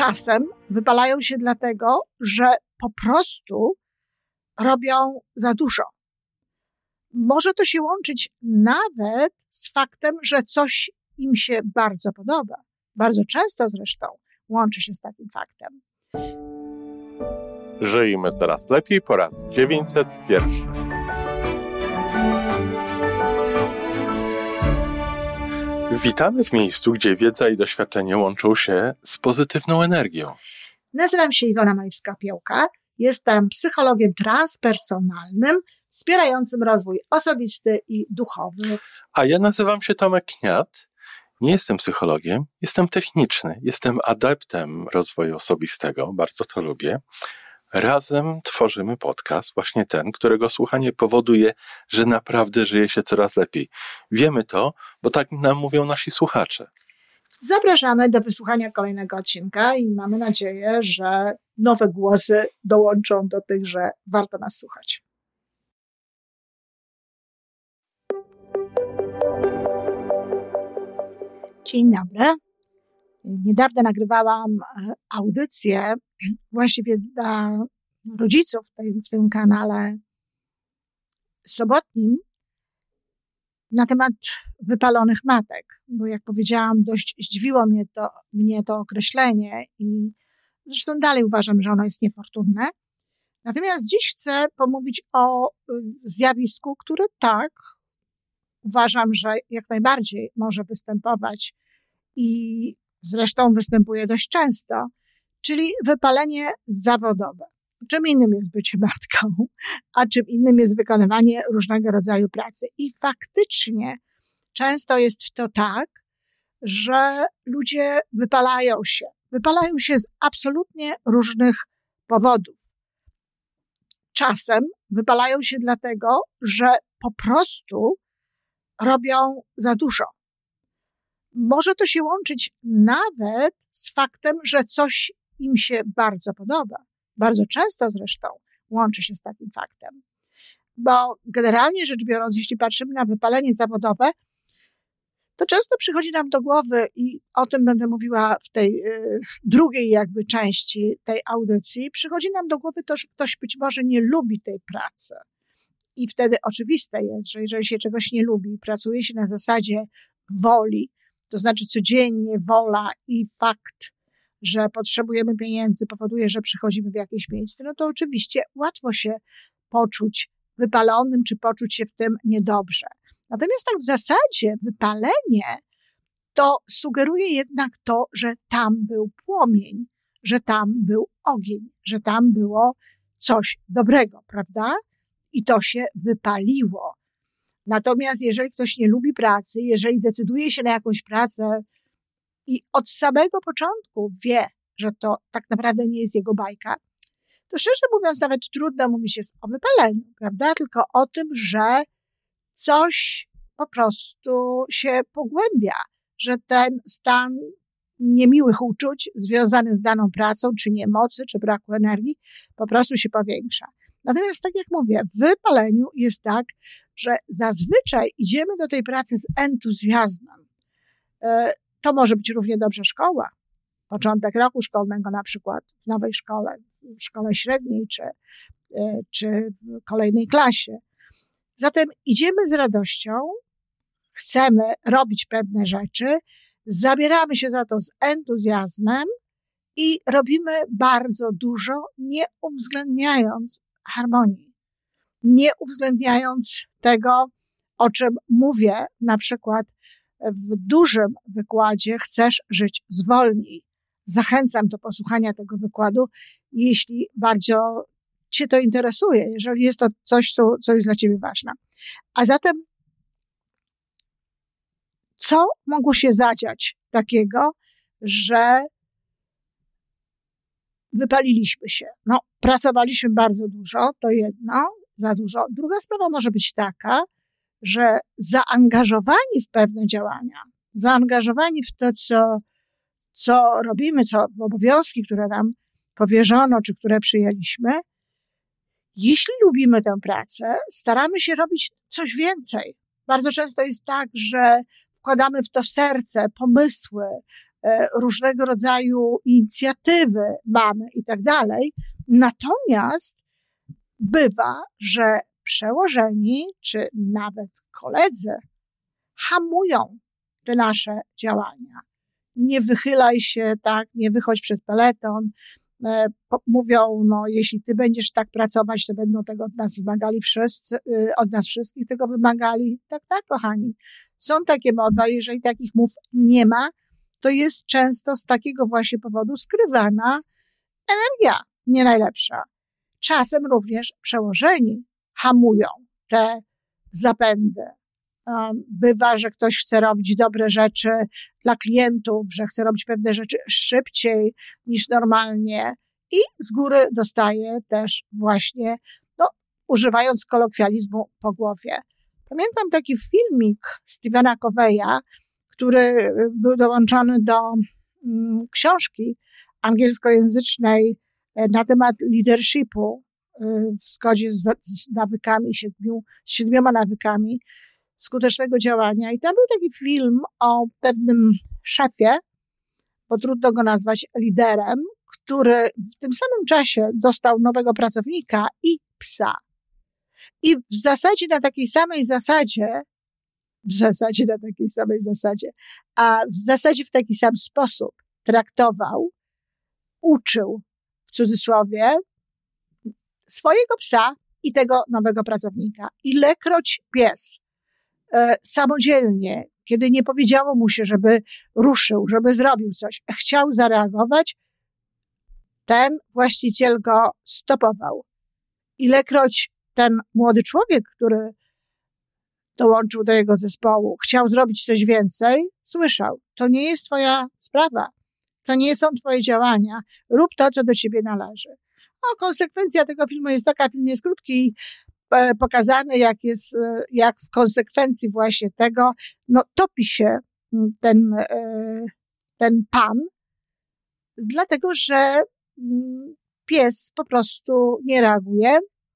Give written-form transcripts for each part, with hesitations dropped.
czasem wypalają się dlatego, że po prostu robią za dużo. Może to się łączyć nawet z faktem, że coś im się bardzo podoba. Bardzo często zresztą łączy się z takim faktem. Żyjmy coraz lepiej po raz 901. Witamy w miejscu, gdzie wiedza i doświadczenie łączą się z pozytywną energią. Nazywam się Iwona Majewska-Piołka. Jestem psychologiem transpersonalnym, wspierającym rozwój osobisty i duchowy. A ja nazywam się Tomek Kniat. Nie jestem psychologiem, jestem techniczny. Jestem adeptem rozwoju osobistego, bardzo to lubię. Razem tworzymy podcast, właśnie ten, którego słuchanie powoduje, że naprawdę żyje się coraz lepiej. Wiemy to, bo tak nam mówią nasi słuchacze. Zapraszamy do wysłuchania kolejnego odcinka i mamy nadzieję, że nowe głosy dołączą do tych, że warto nas słuchać. Dzień dobry. Niedawno nagrywałam audycję właściwie dla rodziców w tym kanale sobotnim na temat wypalonych matek, bo jak powiedziałam, dość zdziwiło mnie to określenie i zresztą dalej uważam, że ono jest niefortunne. Natomiast dziś chcę pomówić o zjawisku, które tak uważam, że jak najbardziej może występować i zresztą występuje dość często, czyli wypalenie zawodowe. Czym innym jest bycie matką, a czym innym jest wykonywanie różnego rodzaju pracy. I faktycznie często jest to tak, że ludzie wypalają się z absolutnie różnych powodów. Czasem wypalają się dlatego, że po prostu robią za dużo. Może to się łączyć nawet z faktem, że coś im się bardzo podoba. Bardzo często zresztą łączy się z takim faktem. Bo generalnie rzecz biorąc, jeśli patrzymy na wypalenie zawodowe, to często przychodzi nam do głowy i o tym będę mówiła w tej drugiej jakby części tej audycji, przychodzi nam do głowy to, że ktoś być może nie lubi tej pracy. I wtedy oczywiste jest, że jeżeli się czegoś nie lubi, pracuje się na zasadzie woli, to znaczy codziennie wola i fakt, że potrzebujemy pieniędzy, powoduje, że przychodzimy w jakieś miejsce, no to oczywiście łatwo się poczuć wypalonym, czy poczuć się w tym niedobrze. Natomiast tak w zasadzie wypalenie to sugeruje jednak to, że tam był płomień, że tam był ogień, że tam było coś dobrego, prawda? I to się wypaliło. Natomiast jeżeli ktoś nie lubi pracy, jeżeli decyduje się na jakąś pracę i od samego początku wie, że to tak naprawdę nie jest jego bajka, to szczerze mówiąc nawet trudno mówić o wypaleniu, prawda? Tylko o tym, że coś po prostu się pogłębia, że ten stan niemiłych uczuć związany z daną pracą, czy niemocy, czy braku energii, po prostu się powiększa. Natomiast tak jak mówię, w wypaleniu jest tak, że zazwyczaj idziemy do tej pracy z entuzjazmem. To może być równie dobrze szkoła. Początek roku szkolnego na przykład w nowej szkole, w szkole średniej czy w kolejnej klasie. Zatem idziemy z radością, chcemy robić pewne rzeczy, zabieramy się za to z entuzjazmem i robimy bardzo dużo, nie uwzględniając harmonii, nie uwzględniając tego, o czym mówię, na przykład w dużym wykładzie Chcesz żyć zwolnij. Zachęcam do posłuchania tego wykładu, jeśli bardzo Cię to interesuje, jeżeli jest to coś, co jest dla Ciebie ważne. A zatem, co mogło się zadziać takiego, że wypaliliśmy się? No, pracowaliśmy bardzo dużo, to jedno, za dużo. Druga sprawa może być taka, że zaangażowani w pewne działania, zaangażowani w to, co robimy, w obowiązki, które nam powierzono, czy które przyjęliśmy, jeśli lubimy tę pracę, staramy się robić coś więcej. Bardzo często jest tak, że wkładamy w to serce, pomysły, różnego rodzaju inicjatywy mamy i tak dalej. Natomiast bywa, że przełożeni, czy nawet koledzy hamują te nasze działania. Nie wychylaj się, tak, nie wychodź przed peleton. Mówią, no jeśli ty będziesz tak pracować, to będą tego od nas wymagali wszyscy, od nas wszystkich tego wymagali. Tak, kochani. Są takie mowy, jeżeli takich mów nie ma, to jest często z takiego właśnie powodu skrywana energia nie najlepsza. Czasem również przełożeni hamują te zapędy. Bywa, że ktoś chce robić dobre rzeczy dla klientów, że chce robić pewne rzeczy szybciej niż normalnie i z góry dostaje też właśnie, używając kolokwializmu, po głowie. Pamiętam taki filmik Stephena Coveya, który był dołączony do książki angielskojęzycznej na temat leadershipu w zgodzie z nawykami, 7 nawykami skutecznego działania. I tam był taki film o pewnym szefie, bo trudno go nazwać liderem, który w tym samym czasie dostał nowego pracownika i psa. I w zasadzie na takiej samej zasadzie, a w zasadzie w taki sam sposób traktował, uczył, w cudzysłowie, swojego psa i tego nowego pracownika. Ilekroć pies samodzielnie, kiedy nie powiedziało mu się, żeby ruszył, żeby zrobił coś, chciał zareagować, ten właściciel go stopował. Ilekroć ten młody człowiek, który dołączył do jego zespołu, chciał zrobić coś więcej, słyszał, to nie jest twoja sprawa, to nie są twoje działania, rób to, co do ciebie należy. Konsekwencja tego filmu jest taka, film jest krótki, pokazany, jak w konsekwencji właśnie tego, topi się ten pan, dlatego, że pies po prostu nie reaguje,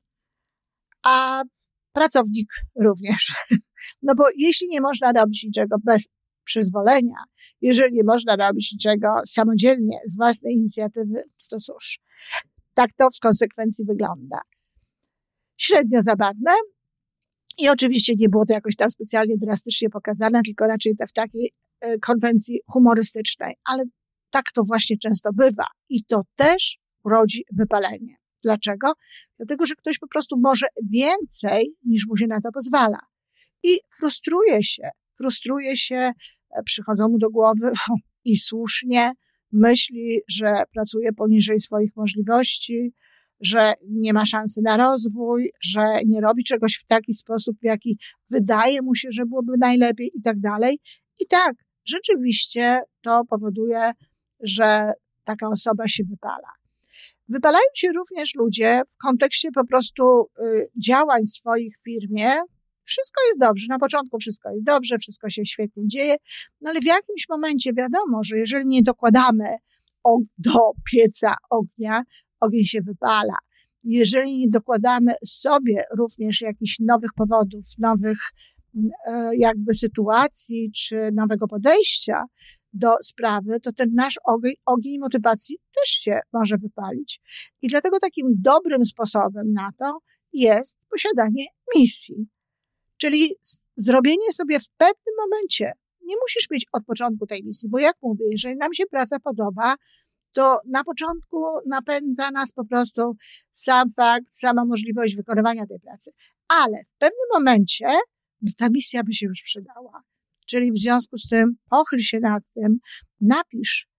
a pracownik również. Bo jeśli nie można robić niczego bez przyzwolenia, jeżeli nie można robić niczego samodzielnie, z własnej inicjatywy, to cóż, tak to w konsekwencji wygląda. Średnio zabawne i oczywiście nie było to jakoś tam specjalnie drastycznie pokazane, tylko raczej w takiej konwencji humorystycznej, ale tak to właśnie często bywa i to też rodzi wypalenie. Dlaczego? Dlatego, że ktoś po prostu może więcej niż mu się na to pozwala i frustruje się, przychodzą mu do głowy i słusznie, myśli, że pracuje poniżej swoich możliwości, że nie ma szansy na rozwój, że nie robi czegoś w taki sposób, w jaki wydaje mu się, że byłoby najlepiej i tak dalej. I tak, rzeczywiście to powoduje, że taka osoba się wypala. Wypalają się również ludzie w kontekście po prostu działań swoich w firmie. Wszystko jest dobrze, na początku wszystko jest dobrze, wszystko się świetnie dzieje, ale w jakimś momencie wiadomo, że jeżeli nie dokładamy do pieca ognia, ogień się wypala. Jeżeli nie dokładamy sobie również jakichś nowych powodów, nowych jakby sytuacji, czy nowego podejścia do sprawy, to ten nasz ogień motywacji też się może wypalić. I dlatego takim dobrym sposobem na to jest posiadanie misji. Czyli zrobienie sobie w pewnym momencie, nie musisz mieć od początku tej misji, bo jak mówię, jeżeli nam się praca podoba, to na początku napędza nas po prostu sam fakt, sama możliwość wykonywania tej pracy. Ale w pewnym momencie ta misja by się już przydała. Czyli w związku z tym pochyl się nad tym, napisz,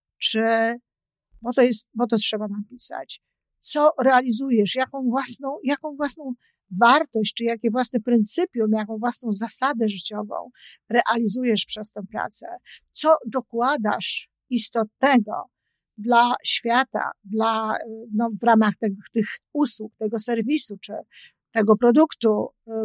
bo to trzeba napisać, co realizujesz, jaką własną wartość, czy jakie własne pryncypium, jaką własną zasadę życiową realizujesz przez tę pracę, co dokładasz istotnego dla świata, w ramach tych usług, tego serwisu, czy tego produktu,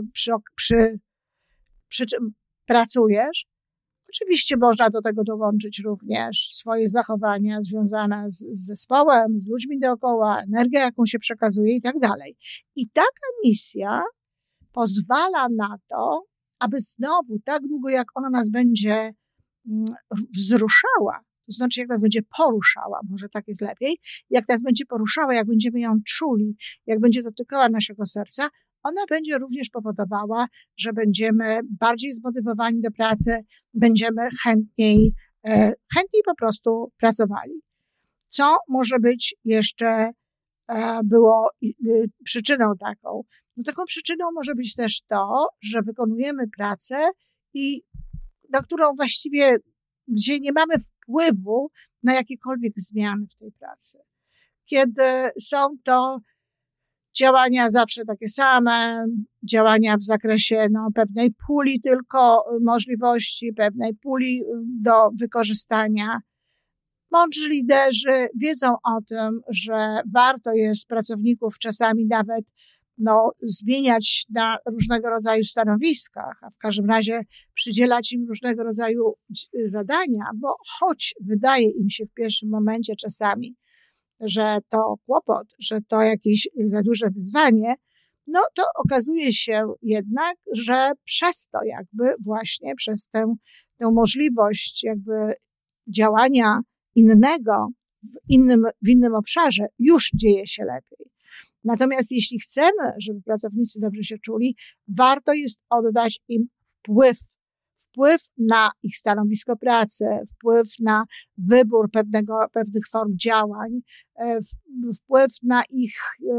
przy czym pracujesz. Oczywiście można do tego dołączyć również swoje zachowania związane z zespołem, z ludźmi dookoła, energię, jaką się przekazuje i tak dalej. I taka misja pozwala na to, aby znowu tak długo, jak ona nas będzie wzruszała, to znaczy jak nas będzie poruszała, może tak jest lepiej, jak nas będzie poruszała, jak będziemy ją czuli, jak będzie dotykała naszego serca, ona będzie również powodowała, że będziemy bardziej zmotywowani do pracy, będziemy chętniej po prostu pracowali. Co może być jeszcze było przyczyną taką? No taką przyczyną może być też to, że wykonujemy pracę i na którą właściwie, gdzie nie mamy wpływu na jakiekolwiek zmiany w tej pracy. Kiedy są to działania zawsze takie same, działania w zakresie pewnej puli tylko możliwości, pewnej puli do wykorzystania. Mądrzy liderzy wiedzą o tym, że warto jest pracowników czasami nawet zmieniać na różnego rodzaju stanowiskach, a w każdym razie przydzielać im różnego rodzaju zadania, bo choć wydaje im się w pierwszym momencie czasami, że to kłopot, że to jakieś za duże wyzwanie, to okazuje się jednak, że przez to właśnie przez tę możliwość działania innego w innym obszarze już dzieje się lepiej. Natomiast jeśli chcemy, żeby pracownicy dobrze się czuli, warto jest oddać im wpływ na ich stanowisko pracy, wpływ na wybór pewnych form działań, wpływ na ich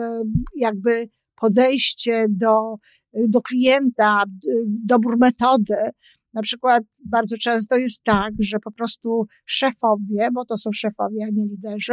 podejście do klienta, dobór metody. Na przykład bardzo często jest tak, że po prostu szefowie, bo to są szefowie, a nie liderzy,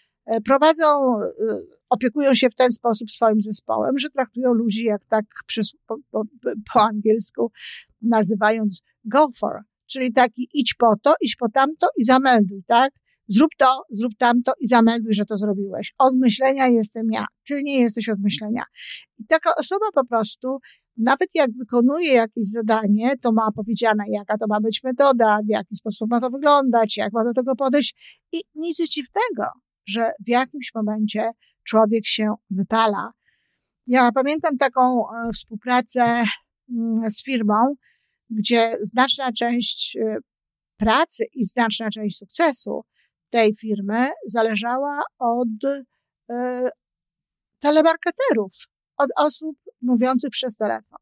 opiekują się w ten sposób swoim zespołem, że traktują ludzi jak tak po angielsku nazywając go for, czyli taki idź po to, idź po tamto i zamelduj, tak? Zrób to, zrób tamto i zamelduj, że to zrobiłeś. Od myślenia jestem ja, ty nie jesteś od myślenia. I taka osoba po prostu, nawet jak wykonuje jakieś zadanie, to ma powiedziane, jaka to ma być metoda, w jaki sposób ma to wyglądać, jak ma do tego podejść i nic dziwnego, że w jakimś momencie człowiek się wypala. Ja pamiętam taką współpracę z firmą, gdzie znaczna część pracy i znaczna część sukcesu tej firmy zależała od telemarketerów, od osób mówiących przez telefon.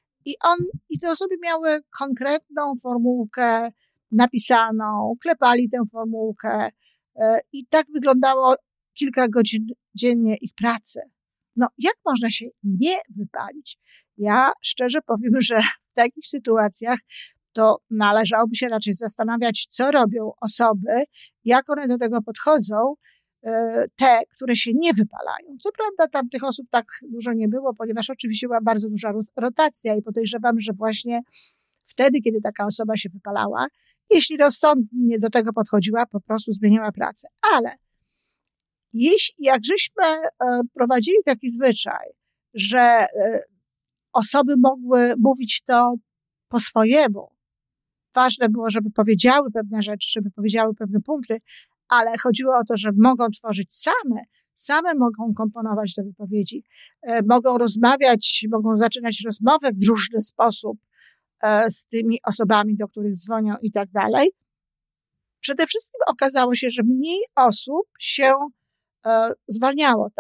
I te osoby miały konkretną formułkę napisaną, klepali tę formułkę i tak wyglądało kilka godzin dziennie ich pracy. Jak można się nie wypalić? Ja szczerze powiem, że w takich sytuacjach to należałoby się raczej zastanawiać, co robią osoby, jak one do tego podchodzą, te, które się nie wypalają. Co prawda tam tych osób tak dużo nie było, ponieważ oczywiście była bardzo duża rotacja i podejrzewam, że właśnie wtedy, kiedy taka osoba się wypalała, jeśli rozsądnie do tego podchodziła, po prostu zmieniała pracę. Ale jak żeśmy prowadzili taki zwyczaj, że osoby mogły mówić to po swojemu, ważne było, żeby powiedziały pewne rzeczy, żeby powiedziały pewne punkty, ale chodziło o to, że mogą tworzyć same mogą komponować te wypowiedzi, mogą rozmawiać, mogą zaczynać rozmowę w różny sposób z tymi osobami, do których dzwonią i tak dalej. Przede wszystkim okazało się, że mniej osób się zwalniało,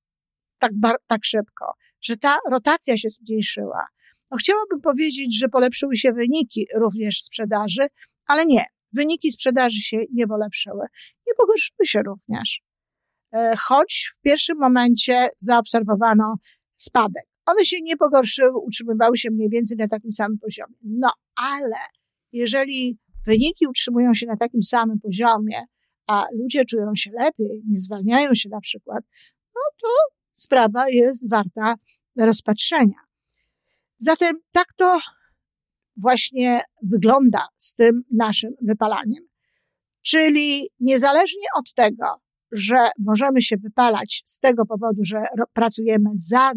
tak szybko, że ta rotacja się zmniejszyła. Chciałabym powiedzieć, że polepszyły się wyniki również sprzedaży, ale nie. Wyniki sprzedaży się nie polepszyły. Nie pogorszyły się również. Choć w pierwszym momencie zaobserwowano spadek. One się nie pogorszyły, utrzymywały się mniej więcej na takim samym poziomie. Ale jeżeli wyniki utrzymują się na takim samym poziomie, a ludzie czują się lepiej, nie zwalniają się na przykład, to sprawa jest warta rozpatrzenia. Zatem tak to właśnie wygląda z tym naszym wypalaniem. Czyli niezależnie od tego, że możemy się wypalać z tego powodu, że pracujemy za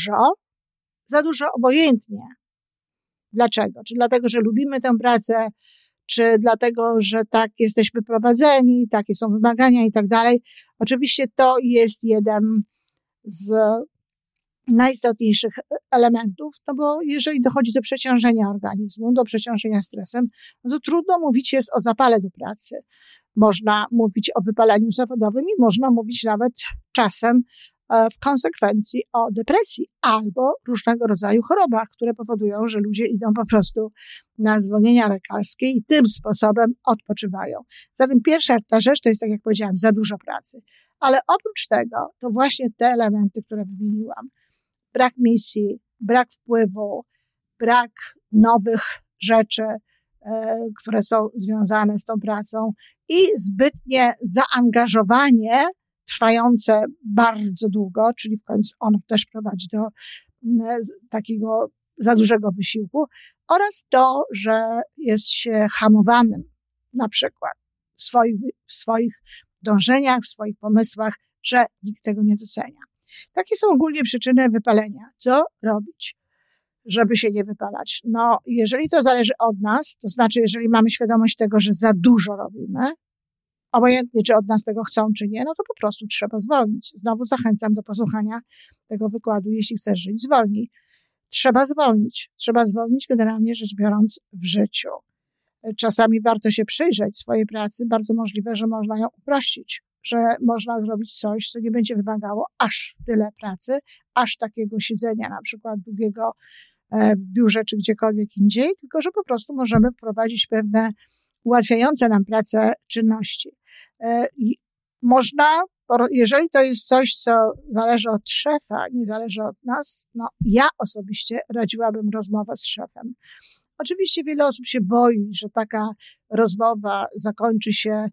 dużo obojętnie. Dlaczego? Czy dlatego, że lubimy tę pracę, czy dlatego, że tak jesteśmy prowadzeni, takie są wymagania i tak dalej. Oczywiście to jest jeden z najistotniejszych elementów, bo jeżeli dochodzi do przeciążenia organizmu, do przeciążenia stresem, to trudno mówić jest o zapale do pracy. Można mówić o wypaleniu zawodowym i można mówić nawet czasem w konsekwencji o depresji albo różnego rodzaju chorobach, które powodują, że ludzie idą po prostu na zwolnienia lekarskie i tym sposobem odpoczywają. Zatem pierwsza ta rzecz to jest, tak jak powiedziałam, za dużo pracy. Ale oprócz tego, to właśnie te elementy, które wymieniłam, brak misji, brak wpływu, brak nowych rzeczy, które są związane z tą pracą i zbytnie zaangażowanie trwające bardzo długo, czyli w końcu ono też prowadzi do takiego za dużego wysiłku oraz to, że jest się hamowanym na przykład w swoich dążeniach, w swoich pomysłach, że nikt tego nie docenia. Takie są ogólnie przyczyny wypalenia. Co robić, żeby się nie wypalać? No, jeżeli to zależy od nas, to znaczy, jeżeli mamy świadomość tego, że za dużo robimy, obojętnie czy od nas tego chcą, czy nie, no to po prostu trzeba zwolnić. Znowu zachęcam do posłuchania tego wykładu, jeśli chcesz żyć zwolnij. Trzeba zwolnić. Trzeba zwolnić generalnie rzecz biorąc w życiu. Czasami warto się przyjrzeć swojej pracy. Bardzo możliwe, że można ją uprościć, że można zrobić coś, co nie będzie wymagało aż tyle pracy, aż takiego siedzenia na przykład długiego w biurze czy gdziekolwiek indziej, tylko że po prostu możemy wprowadzić pewne ułatwiające nam pracę czynności. Można, jeżeli to jest coś, co zależy od szefa, nie zależy od nas, no ja osobiście radziłabym rozmowę z szefem. Oczywiście wiele osób się boi, że taka rozmowa zakończy się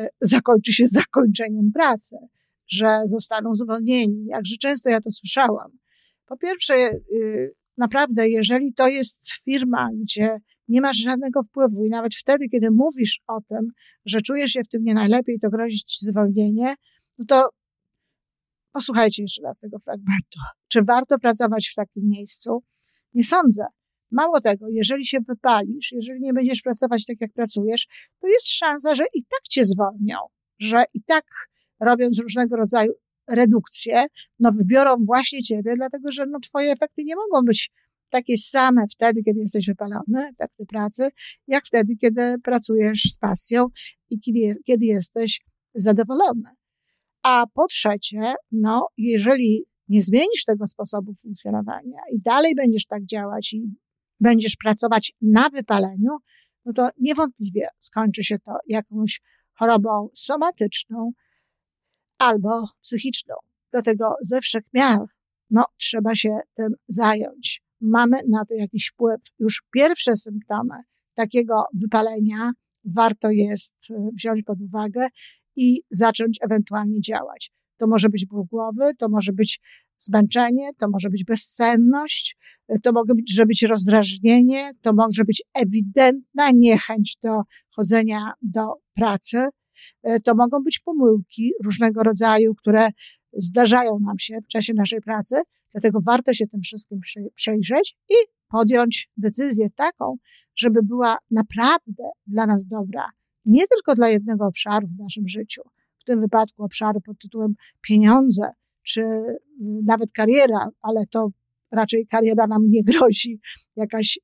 zakończeniem pracy, że zostaną zwolnieni. Jakże często ja to słyszałam. Po pierwsze, naprawdę, jeżeli to jest firma, gdzie nie masz żadnego wpływu i nawet wtedy, kiedy mówisz o tym, że czujesz się w tym nie najlepiej, to grozi ci zwolnienie, no to posłuchajcie jeszcze raz tego fragmentu. Czy warto pracować w takim miejscu? Nie sądzę. Mało tego, jeżeli się wypalisz, jeżeli nie będziesz pracować tak, jak pracujesz, to jest szansa, że i tak cię zwolnią, że i tak robiąc różnego rodzaju redukcje, no wybiorą właśnie ciebie, dlatego że no twoje efekty nie mogą być takie same wtedy, kiedy jesteś wypalony, efekty pracy, jak wtedy, kiedy pracujesz z pasją i kiedy jesteś zadowolony. A po trzecie, no jeżeli nie zmienisz tego sposobu funkcjonowania i dalej będziesz tak działać i będziesz pracować na wypaleniu, no to niewątpliwie skończy się to jakąś chorobą somatyczną albo psychiczną. Dlatego ze wszech miar, no trzeba się tym zająć. Mamy na to jakiś wpływ. Już pierwsze symptomy takiego wypalenia warto jest wziąć pod uwagę i zacząć ewentualnie działać. To może być ból głowy, to może być zmęczenie, to może być bezsenność, to może być rozdrażnienie, to może być ewidentna niechęć do chodzenia do pracy, to mogą być pomyłki różnego rodzaju, które zdarzają nam się w czasie naszej pracy, dlatego warto się tym wszystkim przejrzeć i podjąć decyzję taką, żeby była naprawdę dla nas dobra, nie tylko dla jednego obszaru w naszym życiu, w tym wypadku obszaru pod tytułem pieniądze, czy nawet kariera, ale to raczej kariera nam nie grozi, jakaś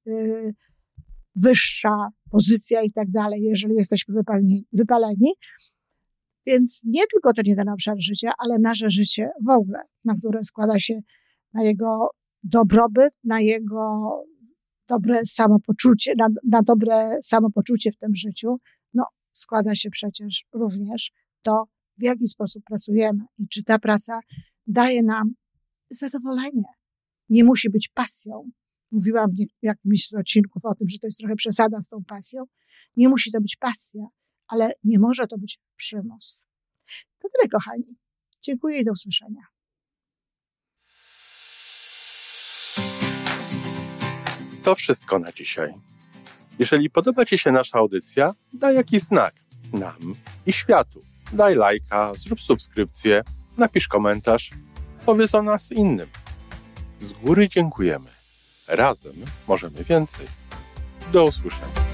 wyższa pozycja i tak dalej, jeżeli jesteśmy wypaleni. Więc nie tylko ten jeden obszar życia, ale nasze życie w ogóle, na które składa się na jego dobrobyt, na jego dobre samopoczucie, na dobre samopoczucie w tym życiu, no składa się przecież również to, w jaki sposób pracujemy i czy ta praca daje nam zadowolenie. Nie musi być pasją. Mówiłam w jakimś z odcinków o tym, że to jest trochę przesada z tą pasją. Nie musi to być pasja, ale nie może to być przymus. To tyle, kochani. Dziękuję i do usłyszenia. To wszystko na dzisiaj. Jeżeli podoba Ci się nasza audycja, daj jakiś znak nam i światu. Daj lajka, zrób subskrypcję, napisz komentarz, powiedz o nas innym. Z góry dziękujemy. Razem możemy więcej. Do usłyszenia.